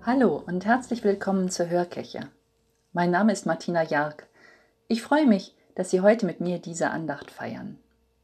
Hallo und herzlich willkommen zur Hörkirche. Mein Name ist Martina Jark. Ich freue mich, dass Sie heute mit mir diese Andacht feiern.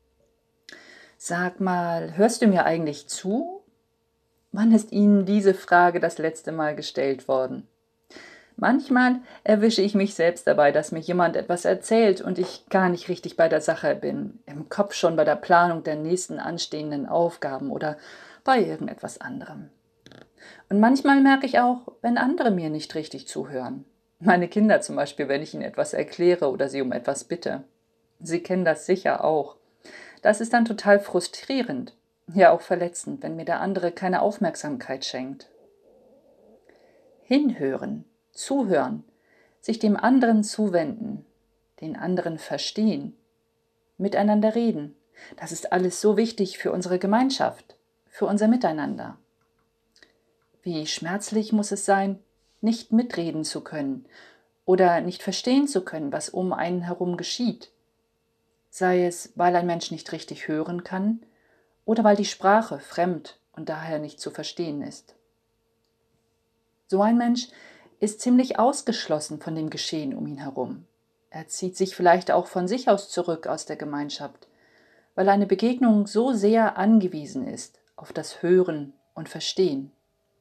Sag mal, hörst du mir eigentlich zu? Wann ist Ihnen diese Frage das letzte Mal gestellt worden? Manchmal erwische ich mich selbst dabei, dass mir jemand etwas erzählt und ich gar nicht richtig bei der Sache bin, im Kopf schon bei der Planung der nächsten anstehenden Aufgaben oder bei irgendetwas anderem. Und manchmal merke ich auch, wenn andere mir nicht richtig zuhören. Meine Kinder zum Beispiel, wenn ich ihnen etwas erkläre oder sie um etwas bitte. Sie kennen das sicher auch. Das ist dann total frustrierend, ja auch verletzend, wenn mir der andere keine Aufmerksamkeit schenkt. Hinhören, zuhören, sich dem anderen zuwenden, den anderen verstehen, miteinander reden. Das ist alles so wichtig für unsere Gemeinschaft, für unser Miteinander. Wie schmerzlich muss es sein, nicht mitreden zu können oder nicht verstehen zu können, was um einen herum geschieht. Sei es, weil ein Mensch nicht richtig hören kann oder weil die Sprache fremd und daher nicht zu verstehen ist. So ein Mensch ist ziemlich ausgeschlossen von dem Geschehen um ihn herum. Er zieht sich vielleicht auch von sich aus zurück aus der Gemeinschaft, weil eine Begegnung so sehr angewiesen ist auf das Hören und Verstehen.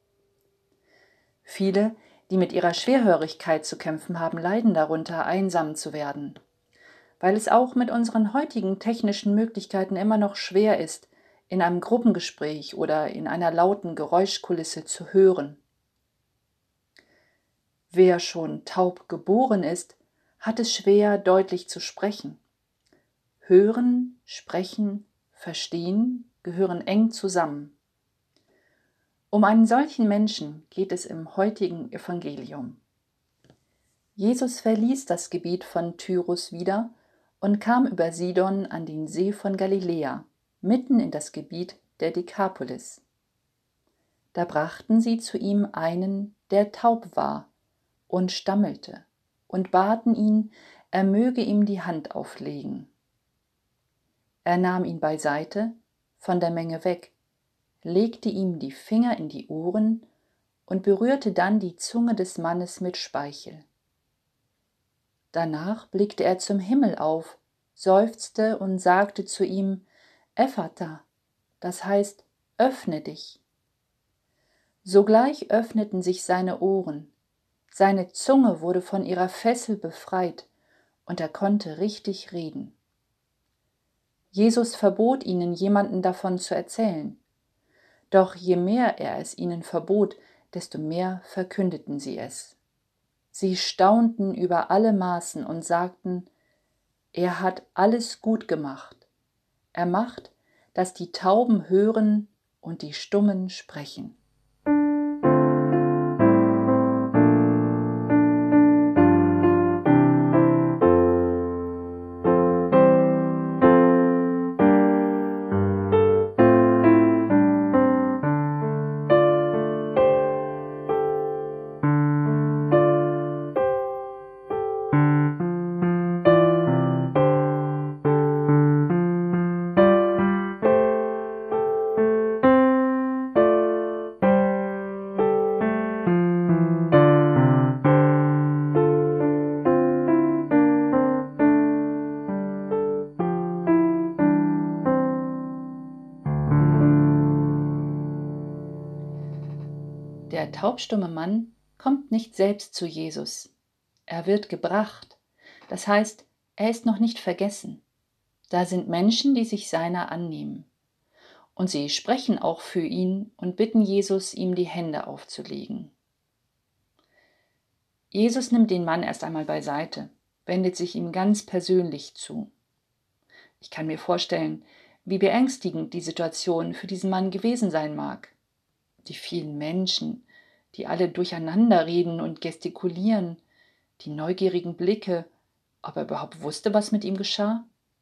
Viele, die mit ihrer Schwerhörigkeit zu kämpfen haben, leiden darunter, einsam zu werden, weil es auch mit unseren heutigen technischen Möglichkeiten immer noch schwer ist, in einem Gruppengespräch oder in einer lauten Geräuschkulisse zu hören. Wer schon taub geboren ist, hat es schwer, deutlich zu sprechen. Hören, sprechen, verstehen gehören eng zusammen. Um einen solchen Menschen geht es im heutigen Evangelium. Jesus verließ das Gebiet von Tyrus wieder und kam über Sidon an den See von Galiläa, mitten in das Gebiet der Dekapolis. Da brachten sie zu ihm einen, der taub war und stammelte, und baten ihn, er möge ihm die Hand auflegen. Er nahm ihn beiseite, von der Menge weg, legte ihm die Finger in die Ohren und berührte dann die Zunge des Mannes mit Speichel. Danach blickte er zum Himmel auf, seufzte und sagte zu ihm, Ephata, das heißt, öffne dich. Sogleich öffneten sich seine Ohren, seine Zunge wurde von ihrer Fessel befreit und er konnte richtig reden. Jesus verbot ihnen, jemanden davon zu erzählen. Doch je mehr er es ihnen verbot, desto mehr verkündeten sie es. Sie staunten über alle Maßen und sagten, er hat alles gut gemacht. Er macht, dass die Tauben hören und die Stummen sprechen. Der taubstumme Mann kommt nicht selbst zu Jesus. Er wird gebracht. Das heißt, er ist noch nicht vergessen. Da sind Menschen, die sich seiner annehmen. Und sie sprechen auch für ihn und bitten Jesus, ihm die Hände aufzulegen. Jesus nimmt den Mann erst einmal beiseite, wendet sich ihm ganz persönlich zu. Ich kann mir vorstellen, wie beängstigend die Situation für diesen Mann gewesen sein mag. Die vielen Menschen, die alle durcheinander reden und gestikulieren, die neugierigen Blicke, ob er überhaupt wusste, was mit ihm geschah?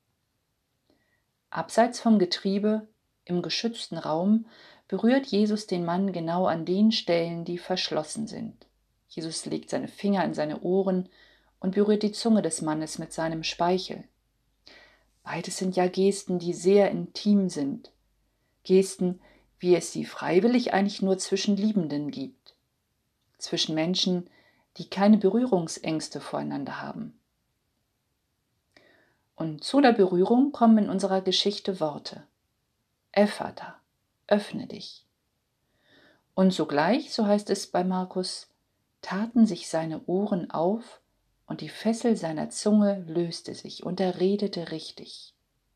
Abseits vom Getriebe, im geschützten Raum, berührt Jesus den Mann genau an den Stellen, die verschlossen sind. Jesus legt seine Finger in seine Ohren und berührt die Zunge des Mannes mit seinem Speichel. Beides sind ja Gesten, die sehr intim sind. Gesten, wie es sie freiwillig eigentlich nur zwischen Liebenden gibt. zwischen Menschen, die keine Berührungsängste voreinander haben. Und zu der Berührung kommen in unserer Geschichte Worte. Ephata, öffne dich. Und sogleich, so heißt es bei Markus, taten sich seine Ohren auf und die Fessel seiner Zunge löste sich und er redete richtig.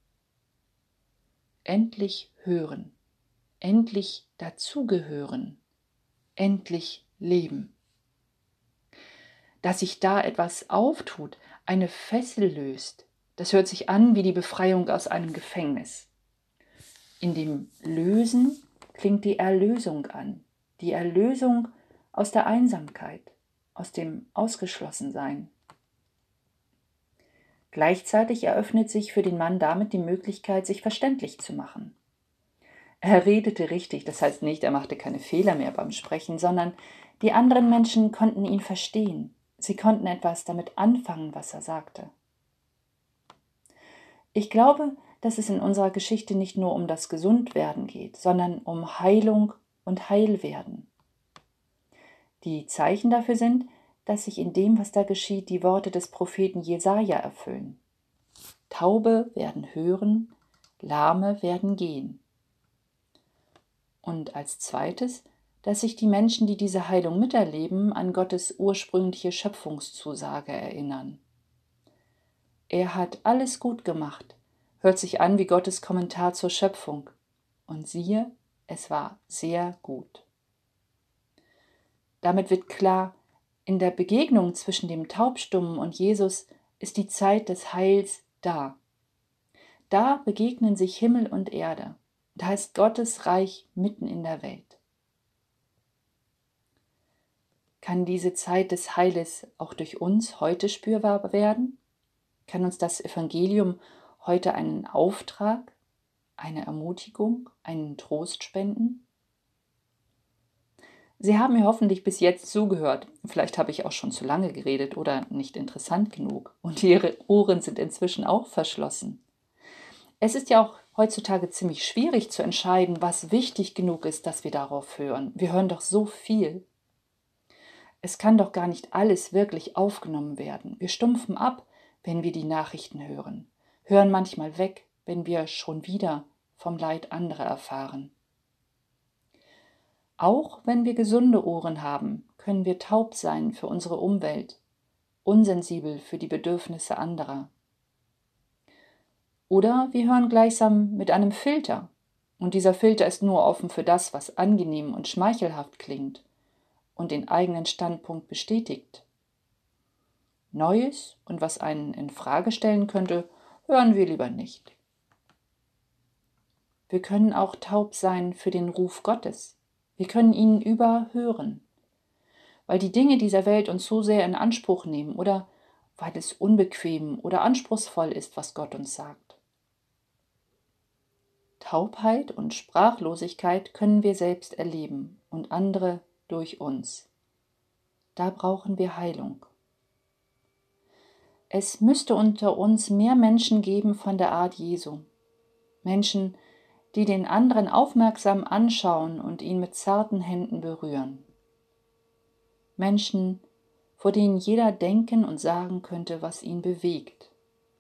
Endlich hören, endlich dazugehören, endlich leben. Dass sich da etwas auftut, eine Fessel löst, das hört sich an wie die Befreiung aus einem Gefängnis. In dem Lösen klingt die Erlösung an, die Erlösung aus der Einsamkeit, aus dem Ausgeschlossensein. Gleichzeitig eröffnet sich für den Mann damit die Möglichkeit, sich verständlich zu machen. Er redete richtig, das heißt nicht, er machte keine Fehler mehr beim Sprechen, sondern die anderen Menschen konnten ihn verstehen. Sie konnten etwas damit anfangen, was er sagte. Ich glaube, dass es in unserer Geschichte nicht nur um das Gesundwerden geht, sondern um Heilung und Heilwerden. Die Zeichen dafür sind, dass sich in dem, was da geschieht, die Worte des Propheten Jesaja erfüllen. Taube werden hören, Lahme werden gehen. Und als zweites, dass sich die Menschen, die diese Heilung miterleben, an Gottes ursprüngliche Schöpfungszusage erinnern. Er hat alles gut gemacht, hört sich an wie Gottes Kommentar zur Schöpfung. Und siehe, es war sehr gut. Damit wird klar, in der Begegnung zwischen dem Taubstummen und Jesus ist die Zeit des Heils da. Da begegnen sich Himmel und Erde. Da ist Gottes Reich mitten in der Welt. Kann diese Zeit des Heiles auch durch uns heute spürbar werden? Kann uns das Evangelium heute einen Auftrag, eine Ermutigung, einen Trost spenden? Sie haben mir hoffentlich bis jetzt zugehört. Vielleicht habe ich auch schon zu lange geredet oder nicht interessant genug. Und Ihre Ohren sind inzwischen auch verschlossen. Es ist ja auch heutzutage ziemlich schwierig zu entscheiden, was wichtig genug ist, dass wir darauf hören. Wir hören doch so viel. Es kann doch gar nicht alles wirklich aufgenommen werden. Wir stumpfen ab, wenn wir die Nachrichten hören, hören manchmal weg, wenn wir schon wieder vom Leid anderer erfahren. Auch wenn wir gesunde Ohren haben, können wir taub sein für unsere Umwelt, unsensibel für die Bedürfnisse anderer. Oder wir hören gleichsam mit einem Filter, und dieser Filter ist nur offen für das, was angenehm und schmeichelhaft klingt und den eigenen Standpunkt bestätigt. Neues und was einen in Frage stellen könnte, hören wir lieber nicht. Wir können auch taub sein für den Ruf Gottes. Wir können ihn überhören, weil die Dinge dieser Welt uns so sehr in Anspruch nehmen oder weil es unbequem oder anspruchsvoll ist, was Gott uns sagt. Taubheit und Sprachlosigkeit können wir selbst erleben und andere durch uns. Da brauchen wir Heilung. Es müsste unter uns mehr Menschen geben von der Art Jesu. Menschen, die den anderen aufmerksam anschauen und ihn mit zarten Händen berühren. Menschen, vor denen jeder denken und sagen könnte, was ihn bewegt.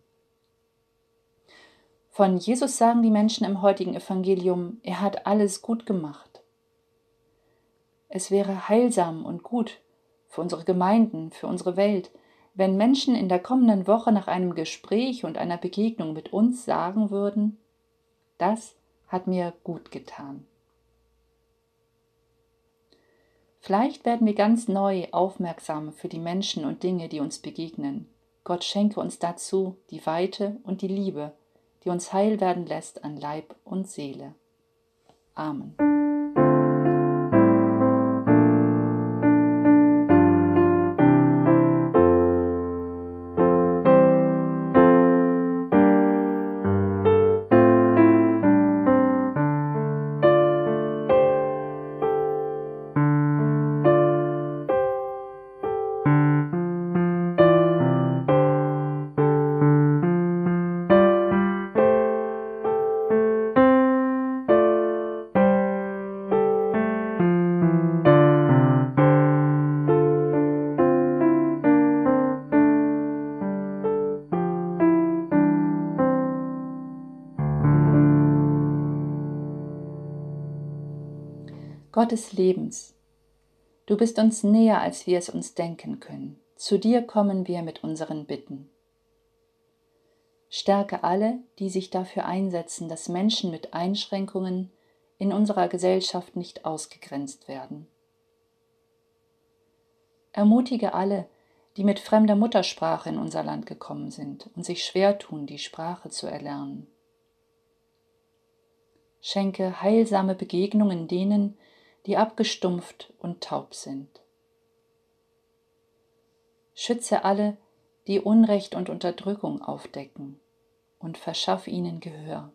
Von Jesus sagen die Menschen im heutigen Evangelium, er hat alles gut gemacht. Es wäre heilsam und gut für unsere Gemeinden, für unsere Welt, wenn Menschen in der kommenden Woche nach einem Gespräch und einer Begegnung mit uns sagen würden, das hat mir gut getan. Vielleicht werden wir ganz neu aufmerksam für die Menschen und Dinge, die uns begegnen. Gott schenke uns dazu die Weite und die Liebe, die uns heil werden lässt an Leib und Seele. Amen. Gott des Lebens, du bist uns näher, als wir es uns denken können. Zu dir kommen wir mit unseren Bitten. Stärke alle, die sich dafür einsetzen, dass Menschen mit Einschränkungen in unserer Gesellschaft nicht ausgegrenzt werden. Ermutige alle, die mit fremder Muttersprache in unser Land gekommen sind und sich schwer tun, die Sprache zu erlernen. Schenke heilsame Begegnungen denen, die abgestumpft und taub sind. Schütze alle, die Unrecht und Unterdrückung aufdecken, und verschaff ihnen Gehör.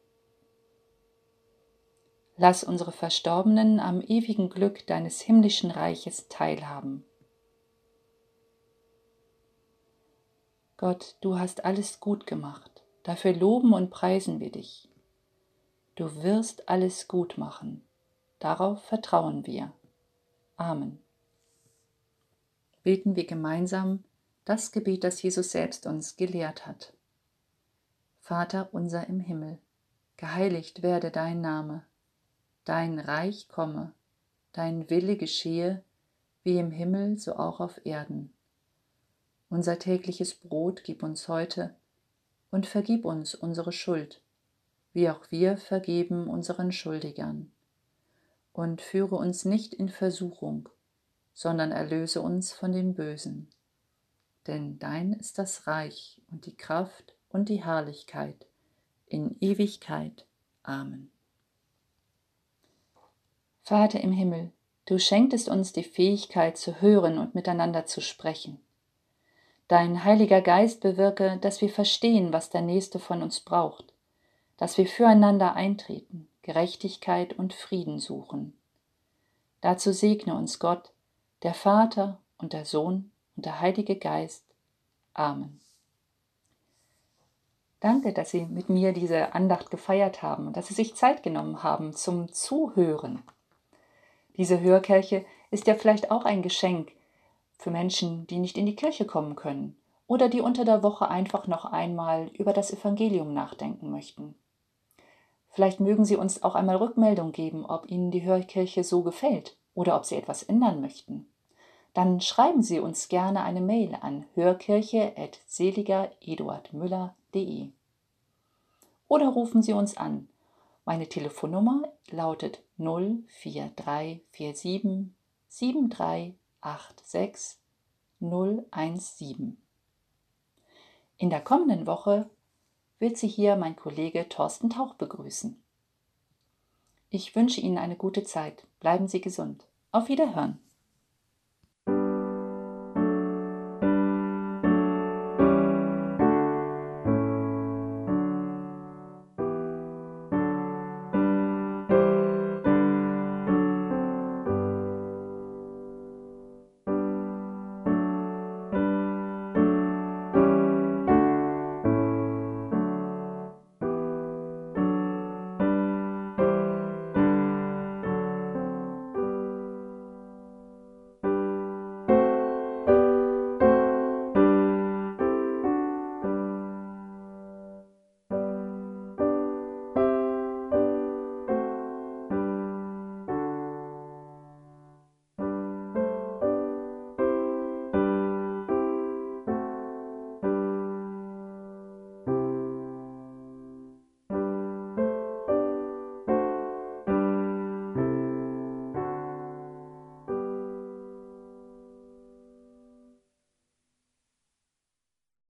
Lass unsere Verstorbenen am ewigen Glück deines himmlischen Reiches teilhaben. Gott, du hast alles gut gemacht, dafür loben und preisen wir dich. Du wirst alles gut machen, darauf vertrauen wir. Amen. Beten wir gemeinsam das Gebet, das Jesus selbst uns gelehrt hat. Vater unser im Himmel, geheiligt werde dein Name, dein Reich komme, dein Wille geschehe, wie im Himmel, so auch auf Erden. Unser tägliches Brot gib uns heute und vergib uns unsere Schuld, wie auch wir vergeben unseren Schuldigern. Und führe uns nicht in Versuchung, sondern erlöse uns von dem Bösen. Denn dein ist das Reich und die Kraft und die Herrlichkeit in Ewigkeit. Amen. Vater im Himmel, du schenktest uns die Fähigkeit zu hören und miteinander zu sprechen. Dein Heiliger Geist bewirke, dass wir verstehen, was der Nächste von uns braucht, dass wir füreinander eintreten, Gerechtigkeit und Frieden suchen. Dazu segne uns Gott, der Vater und der Sohn und der Heilige Geist. Amen. Danke, dass Sie mit mir diese Andacht gefeiert haben und dass Sie sich Zeit genommen haben zum Zuhören. Diese Hörkirche ist ja vielleicht auch ein Geschenk für Menschen, die nicht in die Kirche kommen können oder die unter der Woche einfach noch einmal über das Evangelium nachdenken möchten. Vielleicht mögen Sie uns auch einmal Rückmeldung geben, ob Ihnen die Hörkirche so gefällt oder ob Sie etwas ändern möchten. Dann schreiben Sie uns gerne eine Mail an hörkirche@seligereduardmüller.de oder rufen Sie uns an. Meine Telefonnummer lautet 04347 7386 017. In der kommenden Woche wird Sie hier mein Kollege Thorsten Tauch begrüßen. Ich wünsche Ihnen eine gute Zeit. Bleiben Sie gesund. Auf Wiederhören.